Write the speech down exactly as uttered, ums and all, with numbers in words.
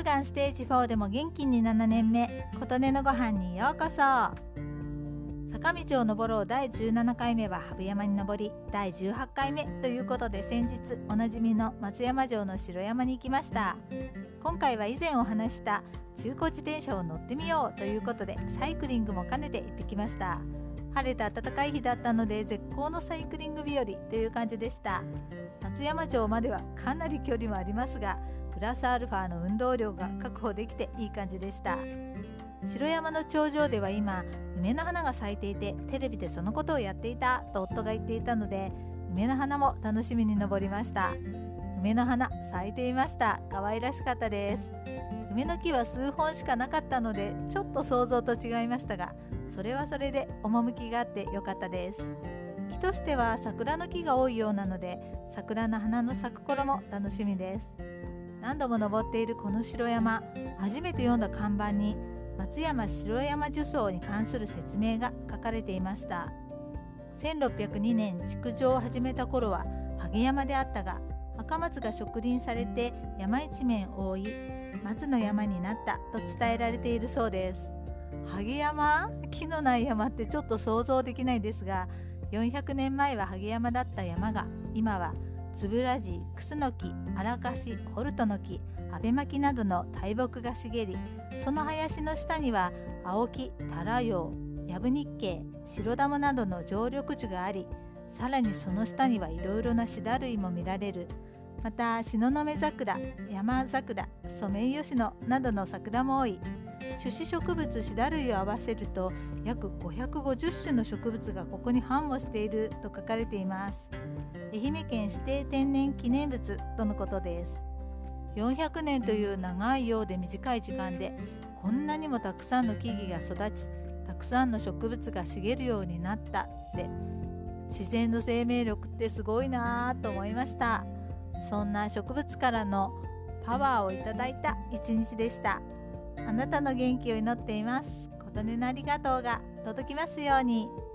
乳がんステージフォーでも元気にななねんめ、琴音のご飯にようこそ。坂道を登ろうだいじゅうななかいめは羽生山に登り、だいじゅうはちかいめということで、先日おなじみの松山城の城山に行きました。今回は以前お話した中古自転車を乗ってみようということで、サイクリングも兼ねて行ってきました。晴れた暖かい日だったので絶好のサイクリング日和という感じでした。松山城まではかなり距離もありますが、プラスアルファの運動量が確保できていい感じでした。城山の頂上では今梅の花が咲いていて、テレビでそのことをやっていたと夫が言っていたので、梅の花も楽しみに登りました。梅の花咲いていました。可愛らしかったです。梅の木は数本しかなかったので、ちょっと想像と違いましたが、それはそれで趣があってよかったです。木としては桜の木が多いようなので、桜の花の咲く頃も楽しみです。何度も登っているこの城山、初めて読んだ看板に松山城山樹層に関する説明が書かれていました。せんろっぴゃくにねん築城を始めた頃は萩山であったが、赤松が植林されて山一面を覆い、松の山になったと伝えられているそうです。萩山？木のない山ってちょっと想像できないですが、よんひゃくねんまえは萩山だった山が今はつぶらじ、クスノキ、アラカシ、ホルトの木、アベマキなどの大木が茂り、その林の下には青木、タラヨウ、ヤブニッケイ、シロダモなどの常緑樹があり、さらにその下にはいろいろなシダ類も見られる。またシノノメ桜、山桜、ソメイヨシノなどの桜も多い。種子植物シダ類を合わせると約ごひゃくごじゅっしゅの植物がここに繁茂していると書かれています。愛媛県指定天然記念物とのことです。よんひゃくねんという長いようで短い時間で、こんなにもたくさんの木々が育ち、たくさんの植物が茂るようになったって、自然の生命力ってすごいなぁと思いました。そんな植物からのパワーをいただいた一日でした。あなたの元気を祈っています。琴音のありがとうが届きますように。